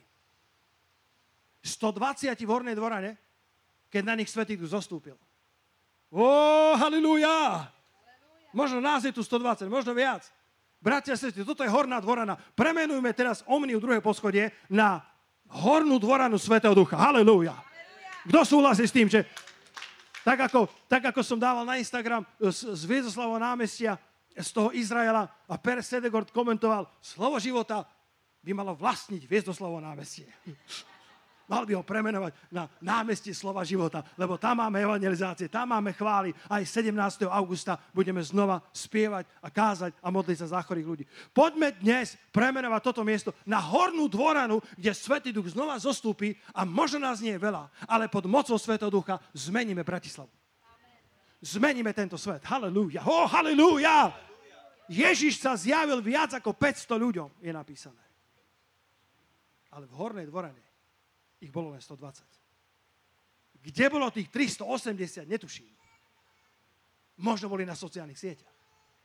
stodvadsať v hornej dvorane, keď na nich Svätý Duch zostúpil. Ó, halilúja! Možno nás je tu stodvadsať, možno viac. Bratia a sestry, toto je horná dvorana. Premenujme teraz Omniu druhé poschodie na hornú dvoranu Svätého Ducha. Halilúja! Kto súhlasí s tým, že tak ako, tak ako som dával na Instagram z, z Viezoslavova námestia z toho Izraela a Per Sedegord komentoval, slovo života by malo vlastniť Viezdoslavovo námestie. Mal by ho premenovať na námestie slova života, lebo tam máme evangelizácie, tam máme chvály. Aj sedemnásteho augusta budeme znova spievať a kázať a modliť sa za chorých ľudí. Poďme dnes premenovať toto miesto na hornú dvoranu, kde Svätý Duch znova zostúpi a možno nás nie je veľa, ale pod mocou Svätého Ducha zmeníme Bratislavu. Zmeníme tento svet. Halelúja. Oh, halelúja. Ježiš sa zjavil viac ako päťsto ľuďom, je napísané. Ale v hornej dvorane ich bolo len stodvadsať. Kde bolo tých tristoosemdesiat, netuším. Možno boli na sociálnych sieťach.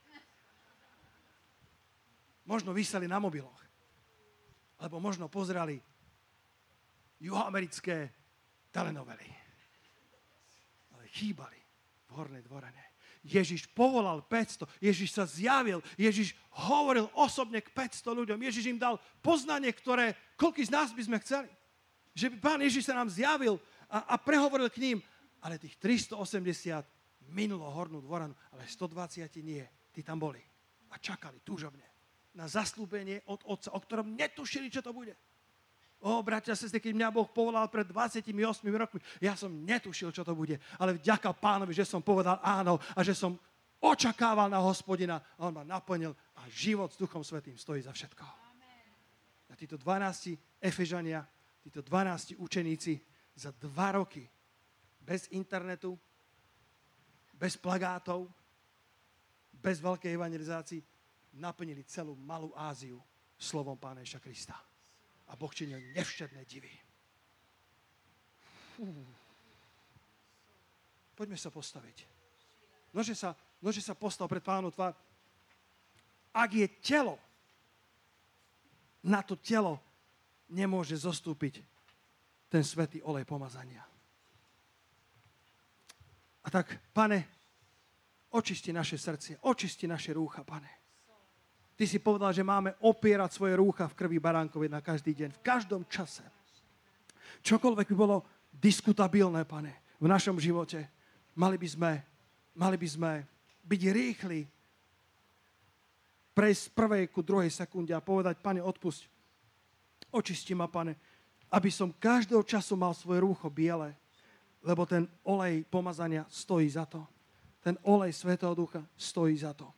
Možno viseli na mobiloch. Alebo možno pozerali juhoamerické telenovely. Ale chýbali v hornej dvorane. Ježiš povolal päťsto, Ježiš sa zjavil, Ježiš hovoril osobne k päťsto ľuďom, Ježiš im dal poznanie, ktoré koľký z nás by sme chceli. Že Pán Ježiš sa nám zjavil a, a prehovoril k ním, ale tých tristoosemdesiat minulo hornú dvoranu, ale stodvadsať nie, tí tam boli a čakali túžobne. na zasľúbenie od Otca, o ktorom netušili, čo to bude. Ó, bratia a sestry, keď mňa Boh povolal pred dvadsiatimi ôsmimi rokmi, ja som netušil, čo to bude, ale vďaka Pánovi, že som povedal áno a že som očakával na Hospodina a on ma naplnil a život s Duchom Svätým stojí za všetko. A títo dvanásti Efežania, títo dvanásti učeníci za dva roky bez internetu, bez plagátov, bez veľkej evangelizácii naplnili celú malú Áziu slovom Pána Ježiša Krista. A Boh činil nevšetné divy. Fú. Poďme sa postaviť. Nože sa, nože sa postav pred Pánu tvár. Ak je telo, na to telo nemôže zostúpiť ten svätý olej pomazania. A tak, Pane, očisti naše srdcie, očisti naše rúcha, Pane. Ty si povedal, že máme opierať svoje rúcha v krvi baránkovi na každý deň, v každom čase. Čokoľvek by bolo diskutabilné, Pane, v našom živote, mali by sme, mali by sme byť rýchli, prejsť z prvej ku druhej sekunde a povedať, Pane, odpusť, očisti ma, Pane, aby som každého času mal svoje rúcho biele, lebo ten olej pomazania stojí za to. Ten olej Svätého Ducha stojí za to.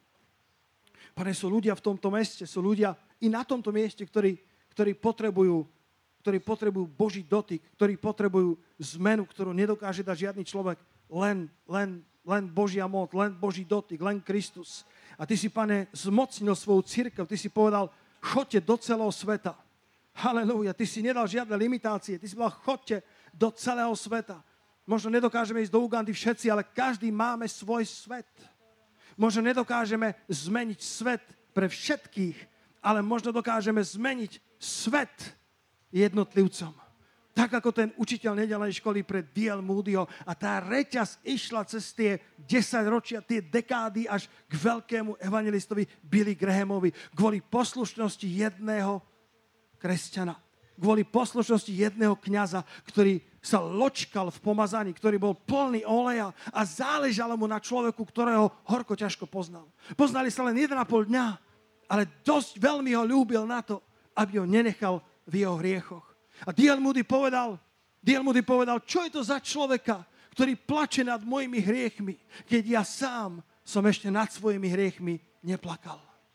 Pane, sú ľudia v tomto meste, sú ľudia i na tomto mieste, ktorí, ktorí, potrebujú, ktorí potrebujú Boží dotyk, ktorí potrebujú zmenu, ktorú nedokáže dať žiadny človek, len, len, len Božia moc, len Boží dotyk, len Kristus. A Ty si, Pane, zmocnil svoju cirkev, Ty si povedal, choďte do celého sveta. Halelúja, Ty si nedal žiadne limitácie, Ty si povedal, choďte do celého sveta. Možno nedokážeme ísť do Ugandy všetci, ale každý máme svoj svet. Možno nedokážeme zmeniť svet pre všetkých, ale možno dokážeme zmeniť svet jednotlivcom. Tak ako ten učiteľ nedeľnej školy pre D L Moodyho a tá reťaz išla cez tie desaťročia, tie dekády až k veľkému evangelistovi Billy Grahamovi kvôli poslušnosti jedného kresťana. Kvôli poslušnosti jedného kňaza, ktorý sa ločkal v pomazaní, ktorý bol plný oleja a záležalo mu na človeku, ktorého horko ťažko poznal. Poznali sa len jeden a pol dňa, ale dosť veľmi ho ľúbil na to, aby ho nenechal v jeho hriechoch. A D L Moody povedal, D L Moody povedal, čo je to za človeka, ktorý plače nad mojimi hriechmi, keď ja sám som ešte nad svojimi hriechmi neplakal.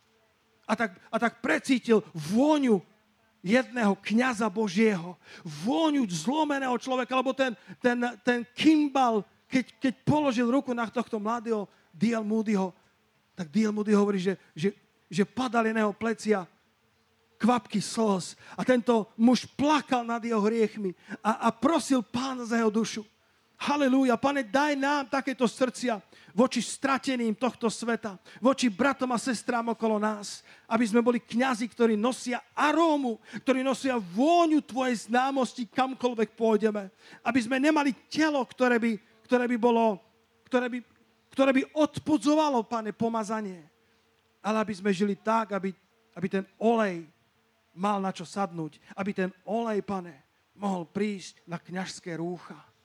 A tak, a tak precítil vôňu jedného kňaza Božieho, vôňu zlomeného človeka, lebo ten, ten, ten Kimball, keď, keď položil ruku na tohto mladého D L Moodyho, tak D L Moody hovorí, že, že, že padali na jeho plecia kvapky slz. A tento muž plakal nad jeho hriechmi a, a prosil Pána za jeho dušu. Halelúja, Pane, daj nám takéto srdcia voči strateným tohto sveta, voči bratom a sestrám okolo nás, aby sme boli kňazi, ktorí nosia arómu, ktorí nosia vôňu Tvojej známosti, kamkoľvek pôjdeme. Aby sme nemali telo, ktoré by, ktoré by bolo, ktoré by, ktoré by odpudzovalo, Pane, pomazanie. Ale aby sme žili tak, aby, aby ten olej mal na čo sadnúť. Aby ten olej, Pane, mohol prísť na kňažské rúcha.